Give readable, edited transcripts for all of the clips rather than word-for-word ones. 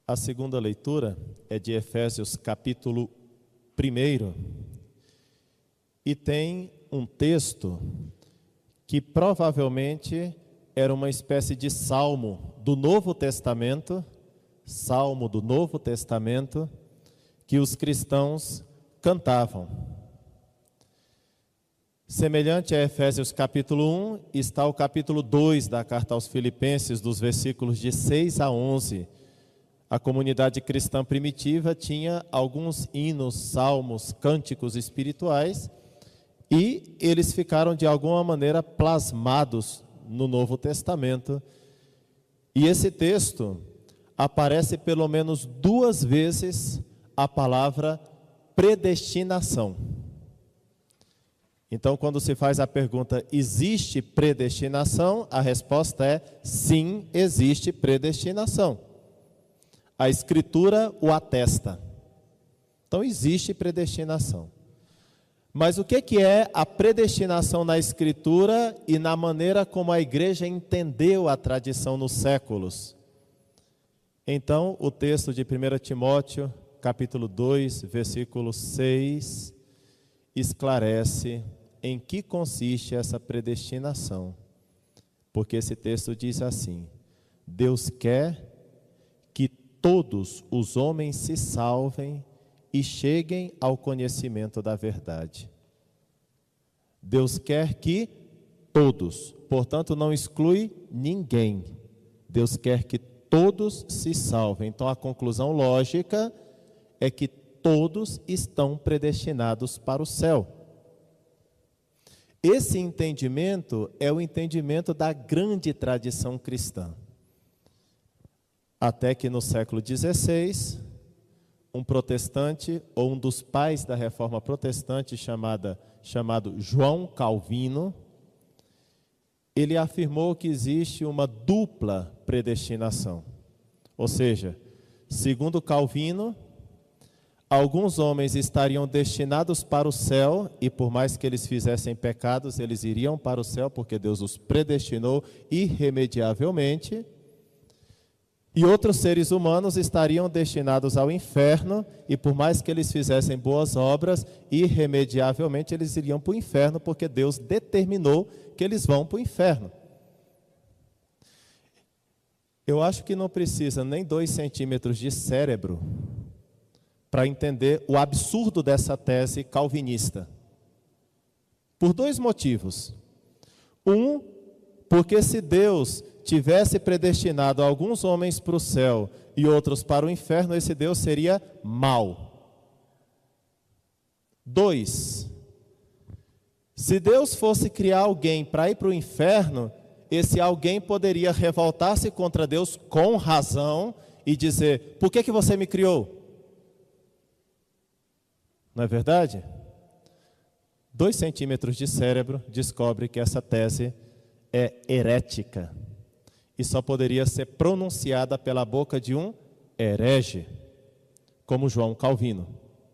A segunda leitura é de Efésios capítulo 1 e tem um texto que provavelmente era uma espécie de salmo do Novo Testamento, que os cristãos cantavam. Semelhante a Efésios capítulo 1, está o capítulo 2 da carta aos Filipenses, dos versículos de 6 a 11. A comunidade cristã primitiva tinha alguns hinos, salmos, cânticos espirituais, e eles ficaram de alguma maneira plasmados no Novo Testamento. E esse texto aparece pelo menos 2 vezes a palavra predestinação. Então, quando se faz a pergunta, existe predestinação? A resposta é sim, existe predestinação. A Escritura o atesta. Então, existe predestinação. Mas o que é a predestinação na Escritura e na maneira como a igreja entendeu a tradição nos séculos? Então, o texto de 1 Timóteo, capítulo 2, versículo 6, esclarece em que consiste essa predestinação. Porque esse texto diz assim: Deus quer que todos os homens se salvem e cheguem ao conhecimento da verdade. Deus quer que todos, portanto não exclui ninguém. Deus quer que todos se salvem. Então a conclusão lógica é que todos estão predestinados para o céu. Esse entendimento é o entendimento da grande tradição cristã. Até que no século XVI, um protestante, ou um dos pais da reforma protestante, chamado João Calvino, ele afirmou que existe uma dupla predestinação. Ou seja, segundo Calvino, alguns homens estariam destinados para o céu, e por mais que eles fizessem pecados, eles iriam para o céu, porque Deus os predestinou irremediavelmente. E outros seres humanos estariam destinados ao inferno, e por mais que eles fizessem boas obras, irremediavelmente eles iriam para o inferno, porque Deus determinou que eles vão para o inferno. Eu acho que não precisa nem 2 centímetros de cérebro para entender o absurdo dessa tese calvinista. Por 2 motivos. Um, porque se Deus tivesse predestinado alguns homens para o céu e outros para o inferno, esse Deus seria mau. 2, se Deus fosse criar alguém para ir para o inferno, esse alguém poderia revoltar-se contra Deus com razão e dizer: por que você me criou? Não é verdade? 2 centímetros de cérebro descobre que essa tese é herética e só poderia ser pronunciada pela boca de um herege, como João Calvino.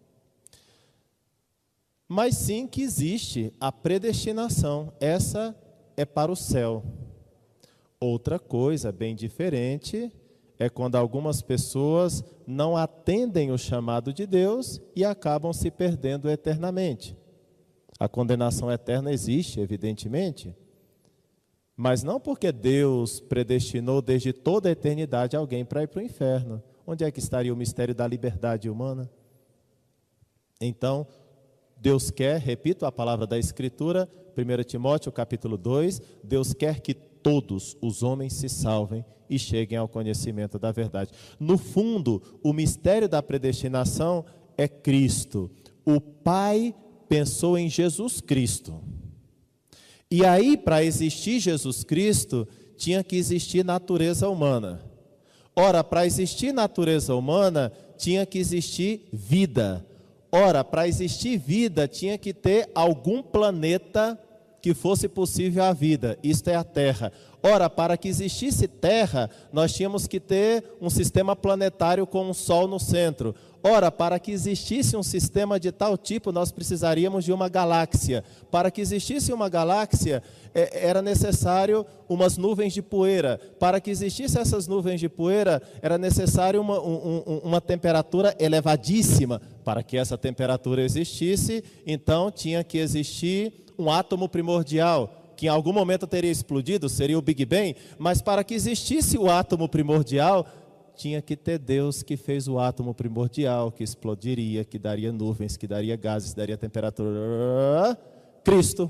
Mas sim que existe a predestinação, essa é para o céu. Outra coisa bem diferente é quando algumas pessoas não atendem o chamado de Deus e acabam se perdendo eternamente. A condenação eterna existe, evidentemente, mas não porque Deus predestinou desde toda a eternidade alguém para ir para o inferno. Onde é que estaria o mistério da liberdade humana? Então, Deus quer, repito a palavra da Escritura, 1 Timóteo capítulo 2, Deus quer que todos os homens se salvem e cheguem ao conhecimento da verdade. No fundo, o mistério da predestinação é Cristo. O Pai pensou em Jesus Cristo. E aí, para existir Jesus Cristo, tinha que existir natureza humana. Ora, para existir natureza humana, tinha que existir vida. Ora, para existir vida, tinha que ter algum planeta que fosse possível a vida, isto é a Terra. Ora, para que existisse Terra, nós tínhamos que ter um sistema planetário com um Sol no centro. Ora, para que existisse um sistema de tal tipo, nós precisaríamos de uma galáxia. Para que existisse uma galáxia, era necessário umas nuvens de poeira. Para que existisse essas nuvens de poeira, era necessário uma temperatura elevadíssima. Para que essa temperatura existisse, então tinha que existir um átomo primordial, que em algum momento teria explodido, seria o Big Bang, mas para que existisse o átomo primordial, tinha que ter Deus que fez o átomo primordial, que explodiria, que daria nuvens, que daria gases, daria temperatura. Cristo.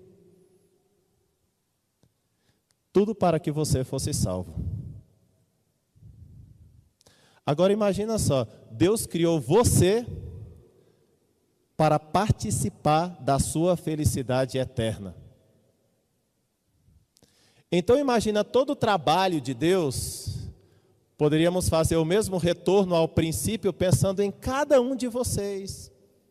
Tudo para que você fosse salvo. Agora imagina só, Deus criou você para participar da sua felicidade eterna. Então imagina todo o trabalho de Deus, poderíamos fazer o mesmo retorno ao princípio pensando em cada um de vocês.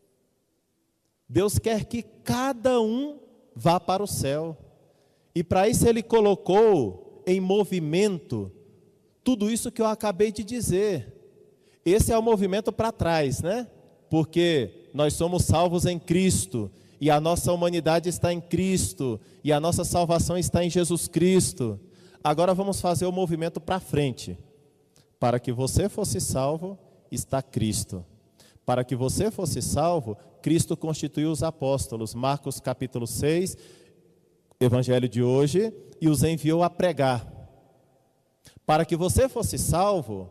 Deus quer que cada um vá para o céu. E para isso Ele colocou em movimento tudo isso que eu acabei de dizer. Esse é o movimento para trás, né? Porque nós somos salvos em Cristo, e a nossa humanidade está em Cristo, e a nossa salvação está em Jesus Cristo. Agora vamos fazer o movimento para frente. Para que você fosse salvo, está Cristo. Para que você fosse salvo, Cristo constituiu os apóstolos, Marcos capítulo 6, evangelho de hoje, e os enviou a pregar. Para que você fosse salvo,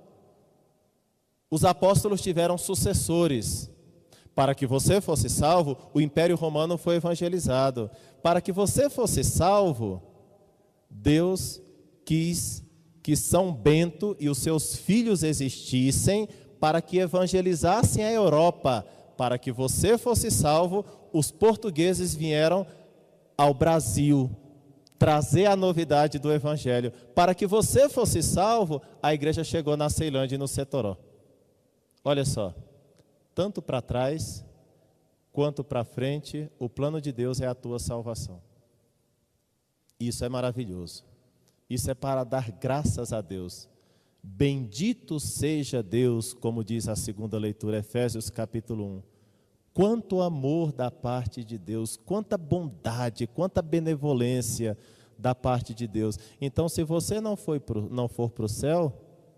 os apóstolos tiveram sucessores. Para que você fosse salvo, o Império Romano foi evangelizado. Para que você fosse salvo, Deus quis que São Bento e os seus filhos existissem para que evangelizassem a Europa. Para que você fosse salvo, os portugueses vieram ao Brasil trazer a novidade do Evangelho. Para que você fosse salvo, a igreja chegou na Ceilândia e no Setoró. Olha só, tanto para trás quanto para frente, o plano de Deus é a tua salvação. Isso é maravilhoso. Isso é para dar graças a Deus. Bendito seja Deus, como diz a segunda leitura, Efésios capítulo 1. Quanto amor da parte de Deus, quanta bondade, quanta benevolência da parte de Deus. Então, se você não for para o céu,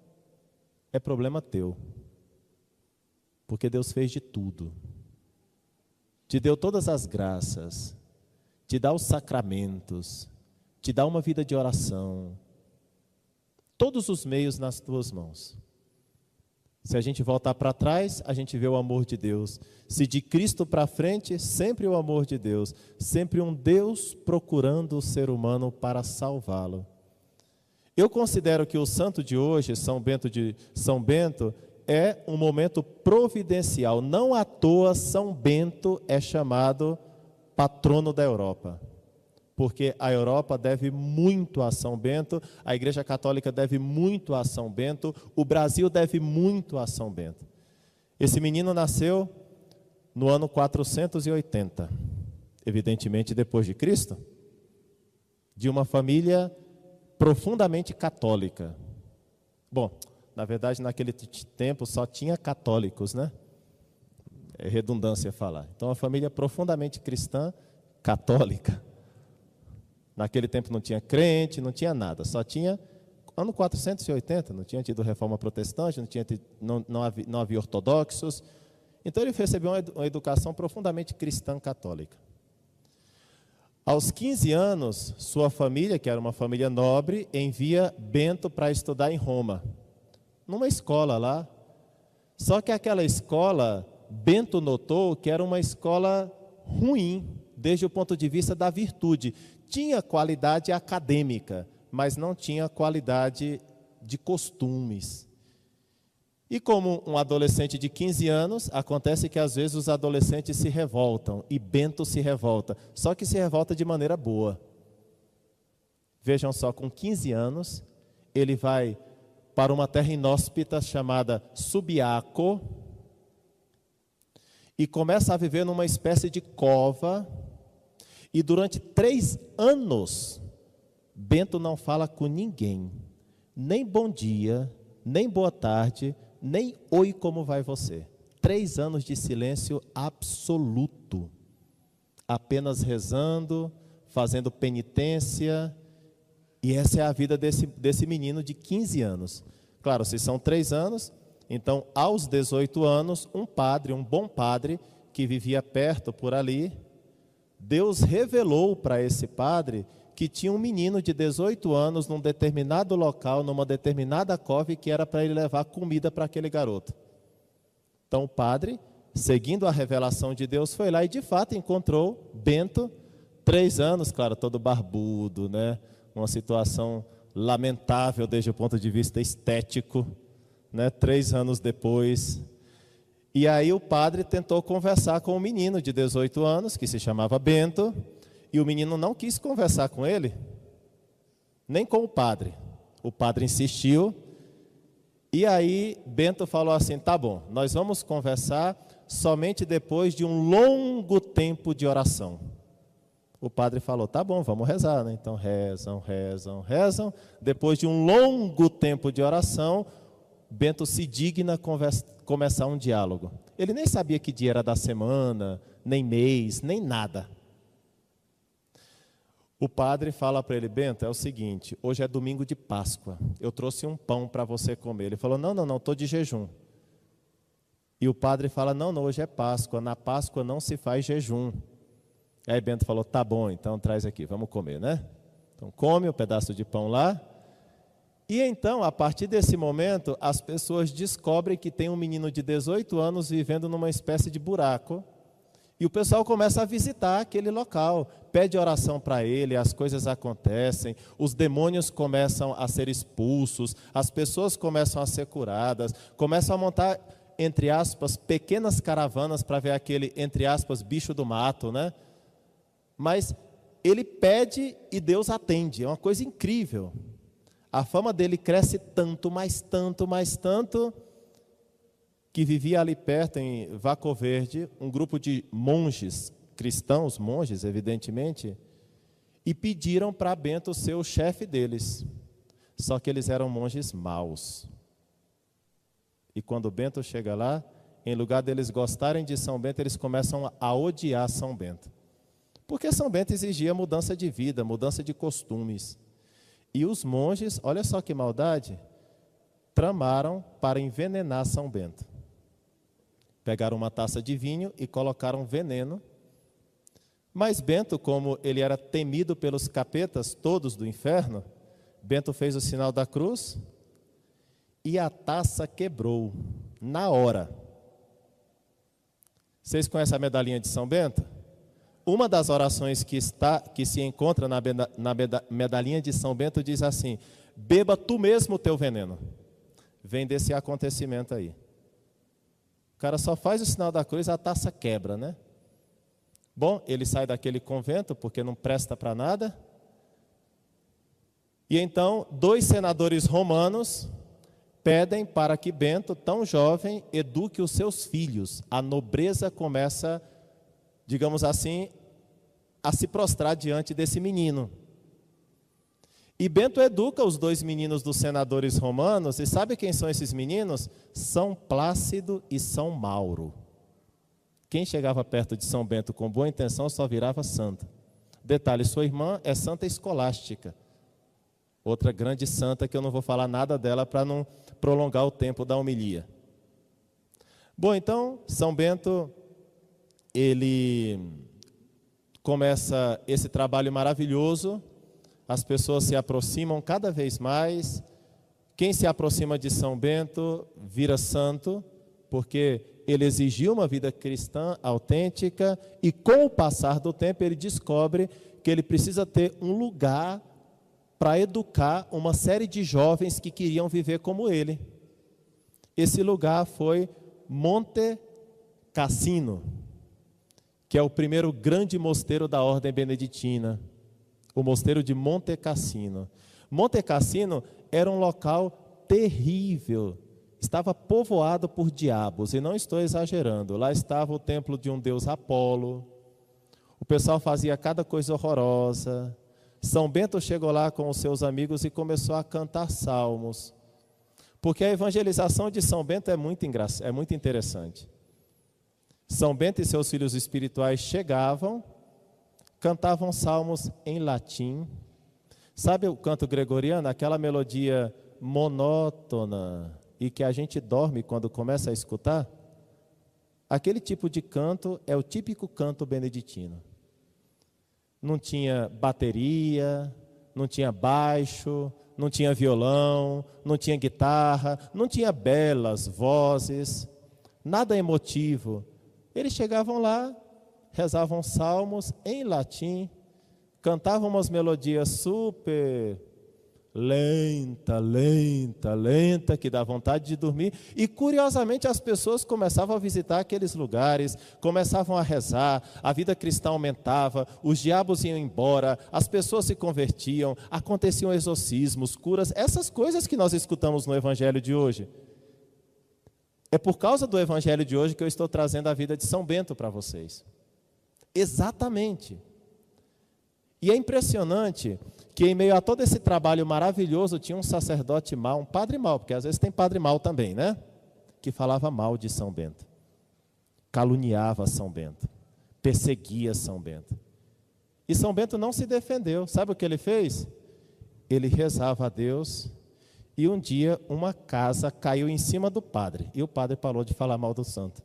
é problema teu. Porque Deus fez de tudo. Te deu todas as graças, te dá os sacramentos, te dá uma vida de oração, todos os meios nas tuas mãos. Se a gente voltar para trás, a gente vê o amor de Deus. Se de Cristo para frente, sempre o amor de Deus. Sempre um Deus procurando o ser humano para salvá-lo. Eu considero que o santo de hoje, São Bento, é um momento providencial. Não à toa São Bento é chamado patrono da Europa. Porque a Europa deve muito a São Bento, a Igreja Católica deve muito a São Bento, o Brasil deve muito a São Bento. Esse menino nasceu no ano 480, evidentemente depois de Cristo, de uma família profundamente católica. Bom, na verdade naquele tempo só tinha católicos, né? É redundância falar. Então uma família profundamente cristã, católica. Naquele tempo não tinha crente, não tinha nada, só tinha, ano 480, não tinha tido reforma protestante, não havia ortodoxos. Então ele recebeu uma educação profundamente cristã católica. Aos 15 anos, sua família, que era uma família nobre, envia Bento para estudar em Roma, numa escola lá. Só que aquela escola, Bento notou que era uma escola ruim, desde o ponto de vista da virtude. Tinha qualidade acadêmica, mas não tinha qualidade de costumes. E como um adolescente de 15 anos, acontece que às vezes os adolescentes se revoltam, e Bento se revolta, só que se revolta de maneira boa. Vejam só, com 15 anos, ele vai para uma terra inóspita chamada Subiaco, e começa a viver numa espécie de cova. E durante 3 anos, Bento não fala com ninguém. Nem bom dia, nem boa tarde, nem oi, como vai você. 3 anos de silêncio absoluto. Apenas rezando, fazendo penitência. E essa é a vida desse menino de 15 anos. Claro, se são 3 anos, então aos 18 anos, um padre, um bom padre, que vivia perto por ali, Deus revelou para esse padre que tinha um menino de 18 anos num determinado local, numa determinada cove, que era para ele levar comida para aquele garoto. Então o padre, seguindo a revelação de Deus, foi lá e de fato encontrou Bento, 3 anos, claro, todo barbudo, né? Uma situação lamentável desde o ponto de vista estético, né? 3 anos depois. E aí o padre tentou conversar com o menino de 18 anos, que se chamava Bento, e o menino não quis conversar com ele, nem com o padre. O padre insistiu, e aí Bento falou assim, tá bom, nós vamos conversar somente depois de um longo tempo de oração. O padre falou, tá bom, vamos rezar, né? Então rezam. Depois de um longo tempo de oração, Bento se digna começar um diálogo. Ele nem sabia que dia era da semana, nem mês, nem nada. O padre fala para ele, Bento, é o seguinte, hoje é domingo de Páscoa, eu trouxe um pão para você comer. Ele falou, não, estou de jejum. E o padre fala, não, hoje é Páscoa, na Páscoa não se faz jejum. Aí Bento falou, tá bom, então traz aqui, vamos comer, né? Então come o pedaço de pão lá. E então, a partir desse momento, as pessoas descobrem que tem um menino de 18 anos vivendo numa espécie de buraco. E o pessoal começa a visitar aquele local, pede oração para ele, as coisas acontecem, os demônios começam a ser expulsos, as pessoas começam a ser curadas, começam a montar, entre aspas, pequenas caravanas para ver aquele, entre aspas, bicho do mato, né? Mas ele pede e Deus atende, é uma coisa incrível. A fama dele cresce tanto, que vivia ali perto, em Vaco Verde, um grupo de monges, cristãos, monges, evidentemente, e pediram para Bento ser o chefe deles. Só que eles eram monges maus. E quando Bento chega lá, em lugar deles gostarem de São Bento, eles começam a odiar São Bento. Porque São Bento exigia mudança de vida, mudança de costumes. E os monges, olha só que maldade, tramaram para envenenar São Bento. Pegaram uma taça de vinho e colocaram veneno. Mas Bento, como ele era temido pelos capetas todos do inferno, Bento fez o sinal da cruz e a taça quebrou na hora. Vocês conhecem a medalhinha de São Bento? Uma das orações que se encontra na medalhinha de São Bento diz assim: beba tu mesmo o teu veneno. Vem desse acontecimento aí. O cara só faz o sinal da cruz, a taça quebra, né? Bom, ele sai daquele convento porque não presta para nada. E então, 2 senadores romanos pedem para que Bento, tão jovem, eduque os seus filhos. A nobreza começa, digamos assim, a se prostrar diante desse menino. E Bento educa os 2 meninos dos senadores romanos, e sabe quem são esses meninos? São Plácido e São Mauro. Quem chegava perto de São Bento com boa intenção só virava santo. Detalhe, sua irmã é Santa Escolástica, outra grande santa que eu não vou falar nada dela para não prolongar o tempo da homilia. Bom, então, São Bento, ele começa esse trabalho maravilhoso, as pessoas se aproximam cada vez mais. Quem se aproxima de São Bento vira santo, porque ele exigiu uma vida cristã autêntica, e com o passar do tempo ele descobre que ele precisa ter um lugar para educar uma série de jovens que queriam viver como ele. Esse lugar foi Monte Cassino, que é o primeiro grande mosteiro da ordem beneditina, o mosteiro de Monte Cassino. Monte Cassino era um local terrível, estava povoado por diabos, e não estou exagerando. Lá estava o templo de um deus Apolo, O pessoal fazia cada coisa horrorosa. São Bento chegou lá com os seus amigos e começou a cantar salmos. Porque a evangelização de São Bento é muito interessante. São Bento e seus filhos espirituais chegavam, cantavam salmos em latim. Sabe o canto gregoriano? Aquela melodia monótona e que a gente dorme quando começa a escutar? Aquele tipo de canto é o típico canto beneditino. Não tinha bateria, não tinha baixo, não tinha violão, não tinha guitarra, não tinha belas vozes, nada emotivo. Eles chegavam lá, rezavam salmos em latim, cantavam umas melodias super lenta, que dá vontade de dormir. E curiosamente as pessoas começavam a visitar aqueles lugares, começavam a rezar, a vida cristã aumentava, os diabos iam embora, as pessoas se convertiam, aconteciam exorcismos, curas, essas coisas que nós escutamos no Evangelho de hoje. É por causa do Evangelho de hoje que eu estou trazendo a vida de São Bento para vocês. Exatamente. E é impressionante que em meio a todo esse trabalho maravilhoso tinha um sacerdote mau, um padre mau, porque às vezes tem padre mau também, né? Que falava mal de São Bento, caluniava São Bento, perseguia São Bento. E São Bento não se defendeu. Sabe o que ele fez? Ele rezava a Deus e um dia uma casa caiu em cima do padre e o padre parou de falar mal do santo.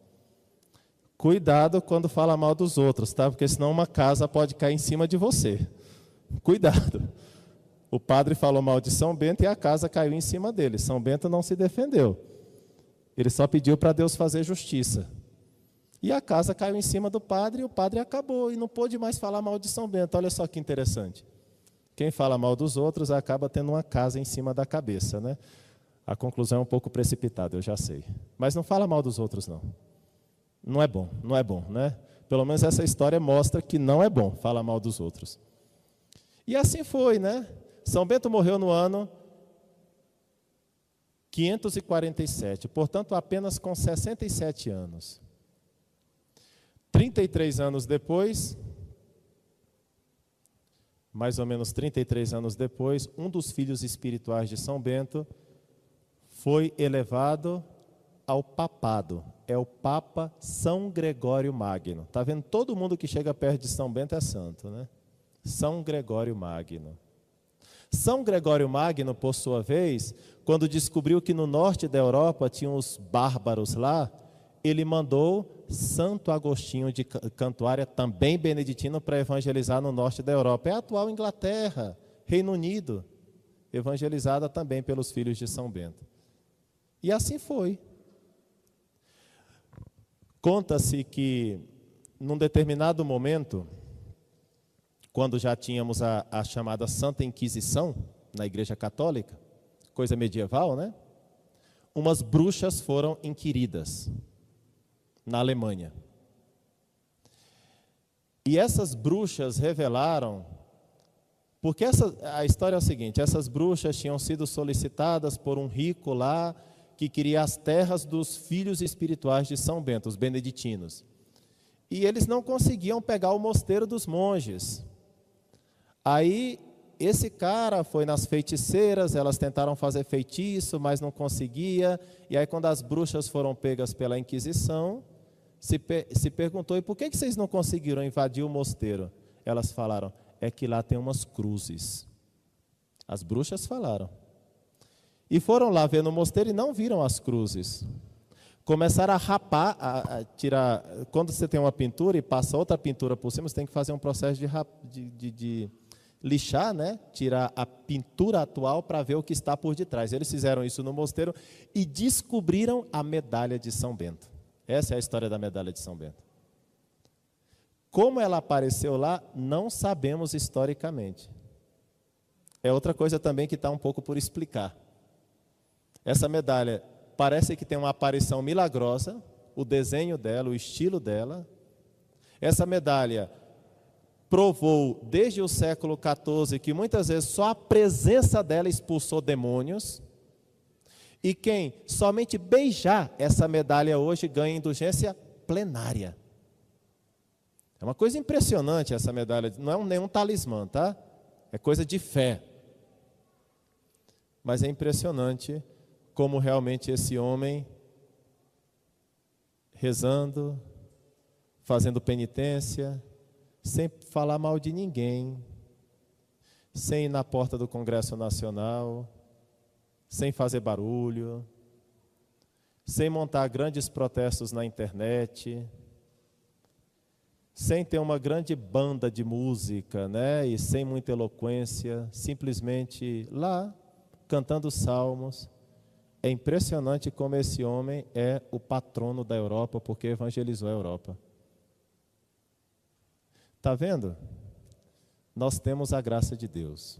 Cuidado quando fala mal dos outros, tá? Porque senão uma casa pode cair em cima de você. Cuidado. O padre falou mal de São Bento e a casa caiu em cima dele. São Bento não se defendeu. Ele só pediu para Deus fazer justiça. E a casa caiu em cima do padre e o padre acabou e não pôde mais falar mal de São Bento. Olha só que interessante. Quem fala mal dos outros acaba tendo uma casa em cima da cabeça, né? A conclusão é um pouco precipitada, eu já sei. Mas não fala mal dos outros, não. Não é bom, né? Pelo menos essa história mostra que não é bom falar mal dos outros. E assim foi, né? São Bento morreu no ano 547, portanto apenas com 67 anos. 33 anos depois, mais ou menos 33 anos depois, um dos filhos espirituais de São Bento foi elevado ao papado. É o Papa São Gregório Magno. Está vendo? Todo mundo que chega perto de São Bento é santo, né? São Gregório Magno. São Gregório Magno, por sua vez, quando descobriu que no norte da Europa tinham os bárbaros lá, ele mandou Santo Agostinho de Cantuária, também beneditino, para evangelizar no norte da Europa. É a atual Inglaterra, Reino Unido, evangelizada também pelos filhos de São Bento. E assim foi. Conta-se que, num determinado momento, quando já tínhamos a chamada Santa Inquisição na Igreja Católica, coisa medieval, né? Umas bruxas foram inquiridas na Alemanha. E essas bruxas revelaram, porque a história é o seguinte, essas bruxas tinham sido solicitadas por um rico lá, que queria as terras dos filhos espirituais de São Bento, os beneditinos. E eles não conseguiam pegar o mosteiro dos monges. Aí, esse cara foi nas feiticeiras, elas tentaram fazer feitiço, mas não conseguia. E aí, quando as bruxas foram pegas pela Inquisição, se perguntou, e por que vocês não conseguiram invadir o mosteiro? Elas falaram, é que lá tem umas cruzes. As bruxas falaram. E foram lá ver no mosteiro e não viram as cruzes. Começaram a rapar, a tirar. Quando você tem uma pintura e passa outra pintura por cima, você tem que fazer um processo de lixar, né? Tirar a pintura atual para ver o que está por detrás. Eles fizeram isso no mosteiro e descobriram a medalha de São Bento. Essa é a história da medalha de São Bento. Como ela apareceu lá, não sabemos historicamente. É outra coisa também que está um pouco por explicar. Essa medalha parece que tem uma aparição milagrosa, o desenho dela, o estilo dela. Essa medalha provou desde o século XIV que muitas vezes só a presença dela expulsou demônios. E quem somente beijar essa medalha hoje ganha indulgência plenária. É uma coisa impressionante essa medalha, não é nenhum talismã, tá? É coisa de fé. Mas é impressionante como realmente esse homem, rezando, fazendo penitência, sem falar mal de ninguém, sem ir na porta do Congresso Nacional, sem fazer barulho, sem montar grandes protestos na internet, sem ter uma grande banda de música, né? E sem muita eloquência, simplesmente lá, cantando salmos. É impressionante como esse homem é o patrono da Europa, porque evangelizou a Europa. Está vendo? Nós temos a graça de Deus.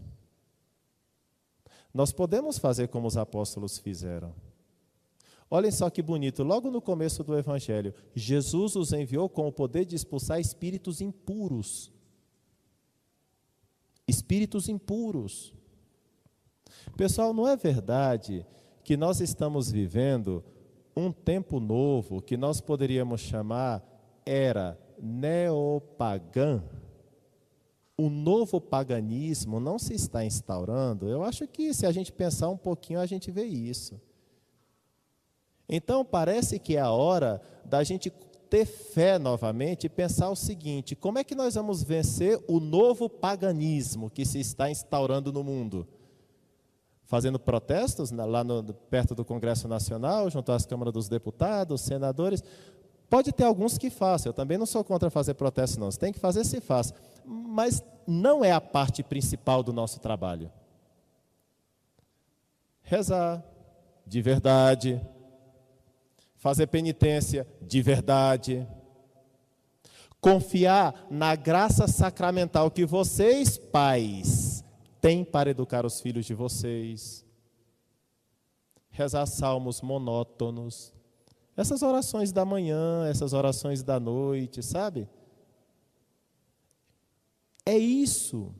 Nós podemos fazer como os apóstolos fizeram. Olhem só que bonito, logo no começo do Evangelho, Jesus os enviou com o poder de expulsar espíritos impuros. Espíritos impuros. Pessoal, não é verdade que nós estamos vivendo um tempo novo que nós poderíamos chamar era neopagã? O novo paganismo não se está instaurando? Eu acho que se a gente pensar um pouquinho, a gente vê isso. Então, parece que é a hora da gente ter fé novamente e pensar o seguinte: como é que nós vamos vencer o novo paganismo que se está instaurando no mundo? Fazendo protestos lá perto do Congresso Nacional, junto às câmaras dos deputados, senadores. Pode ter alguns que façam, eu também não sou contra fazer protestos, não. Se tem que fazer, se faz. Mas não é a parte principal do nosso trabalho. Rezar de verdade, fazer penitência de verdade, confiar na graça sacramental que vocês, pais, têm para educar os filhos de vocês, rezar salmos monótonos, essas orações da manhã, essas orações da noite, sabe? É isso.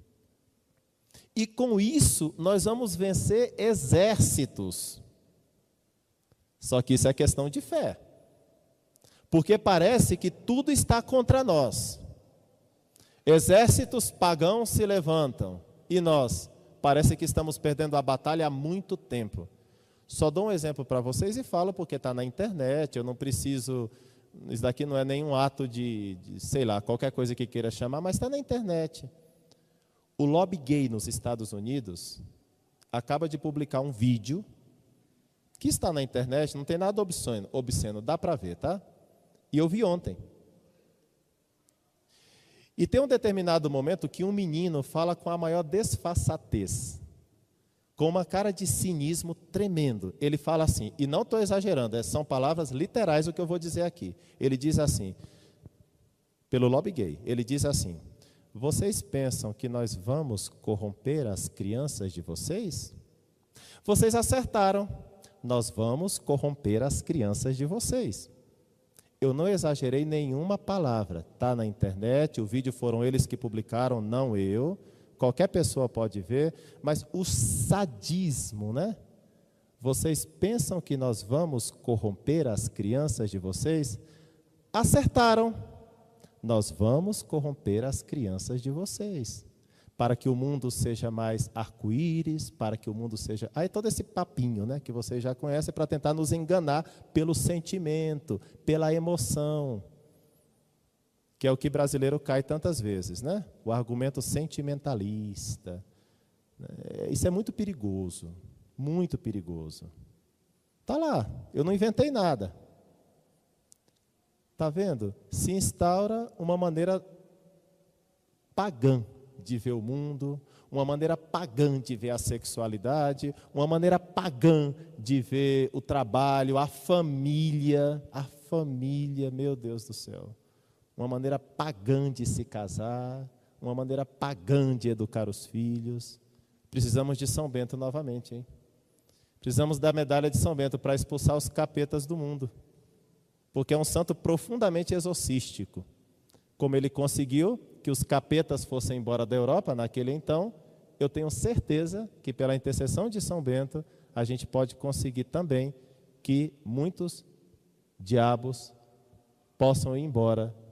E com isso nós vamos vencer exércitos. Só que isso é questão de fé. Porque parece que tudo está contra nós. Exércitos pagãos se levantam. E nós, parece que estamos perdendo a batalha há muito tempo. Só dou um exemplo para vocês e falo porque está na internet, eu não preciso... Isso daqui não é nenhum ato de sei lá, qualquer coisa que queira chamar, mas está na internet. O lobby gay nos Estados Unidos acaba de publicar um vídeo que está na internet, não tem nada obsceno, dá para ver, tá? E eu vi ontem. E tem um determinado momento que um menino fala com a maior desfaçatez, com uma cara de cinismo tremendo. Ele fala assim, e não estou exagerando, são palavras literais o que eu vou dizer aqui. Ele diz assim, pelo lobby gay, ele diz assim: vocês pensam que nós vamos corromper as crianças de vocês? Vocês acertaram. Nós vamos corromper as crianças de vocês. Eu não exagerei nenhuma palavra. Está na internet, o vídeo foram eles que publicaram, não eu. Qualquer pessoa pode ver, mas o sadismo, né? Vocês pensam que nós vamos corromper as crianças de vocês? Acertaram. Nós vamos corromper as crianças de vocês, para que o mundo seja mais arco-íris, para que o mundo seja... Aí todo esse papinho, né, que vocês já conhecem, para tentar nos enganar pelo sentimento, pela emoção, que é o que brasileiro cai tantas vezes, né? O argumento sentimentalista. Isso é muito perigoso, muito perigoso. Está lá, eu não inventei nada. Está vendo? Se instaura uma maneira pagã de ver o mundo, uma maneira pagã de ver a sexualidade, uma maneira pagã de ver o trabalho, a família, meu Deus do céu. Uma maneira pagã de se casar, uma maneira pagã de educar os filhos. Precisamos de São Bento novamente, hein? Precisamos da medalha de São Bento para expulsar os capetas do mundo, porque é um santo profundamente exorcístico. Como ele conseguiu que os capetas fossem embora da Europa naquele então, eu tenho certeza que pela intercessão de São Bento, a gente pode conseguir também que muitos diabos possam ir embora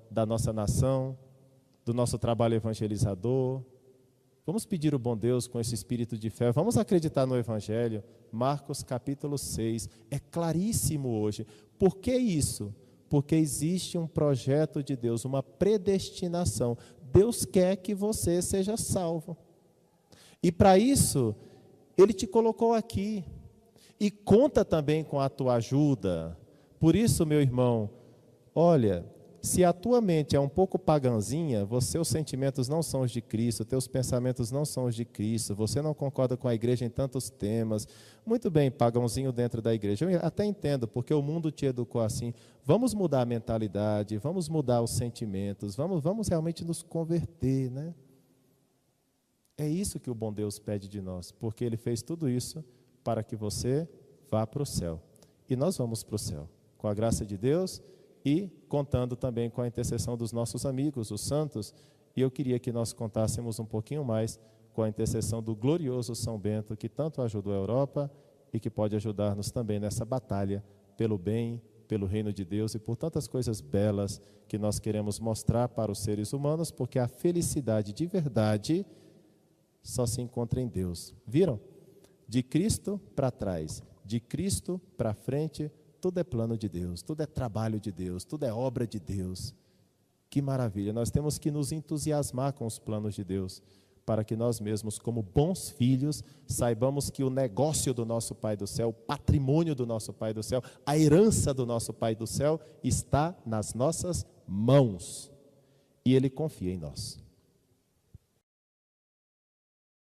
da nossa nação, do nosso trabalho evangelizador. Vamos pedir o bom Deus com esse espírito de fé. Vamos acreditar no Evangelho. Marcos capítulo 6. É claríssimo hoje. Por que isso? Porque existe um projeto de Deus, uma predestinação. Deus quer que você seja salvo. E para isso, Ele te colocou aqui. E conta também com a tua ajuda. Por isso, meu irmão, olha, se a tua mente é um pouco pagãzinha, seus sentimentos não são os de Cristo, teus pensamentos não são os de Cristo, você não concorda com a igreja em tantos temas, muito bem, pagãozinho dentro da igreja, eu até entendo, porque o mundo te educou assim. Vamos mudar a mentalidade, vamos mudar os sentimentos, vamos realmente nos converter, né? É isso que o bom Deus pede de nós, porque Ele fez tudo isso para que você vá para o céu. E nós vamos para o céu, com a graça de Deus, e contando também com a intercessão dos nossos amigos, os santos. E eu queria que nós contássemos um pouquinho mais com a intercessão do glorioso São Bento, que tanto ajudou a Europa e que pode ajudar-nos também nessa batalha pelo bem, pelo reino de Deus e por tantas coisas belas que nós queremos mostrar para os seres humanos, porque a felicidade de verdade só se encontra em Deus. Viram? De Cristo para trás, de Cristo para frente, tudo é plano de Deus, tudo é trabalho de Deus, tudo é obra de Deus. Que maravilha, nós temos que nos entusiasmar com os planos de Deus, para que nós mesmos, como bons filhos, saibamos que o negócio do nosso Pai do céu, o patrimônio do nosso Pai do céu, a herança do nosso Pai do céu, está nas nossas mãos. E Ele confia em nós.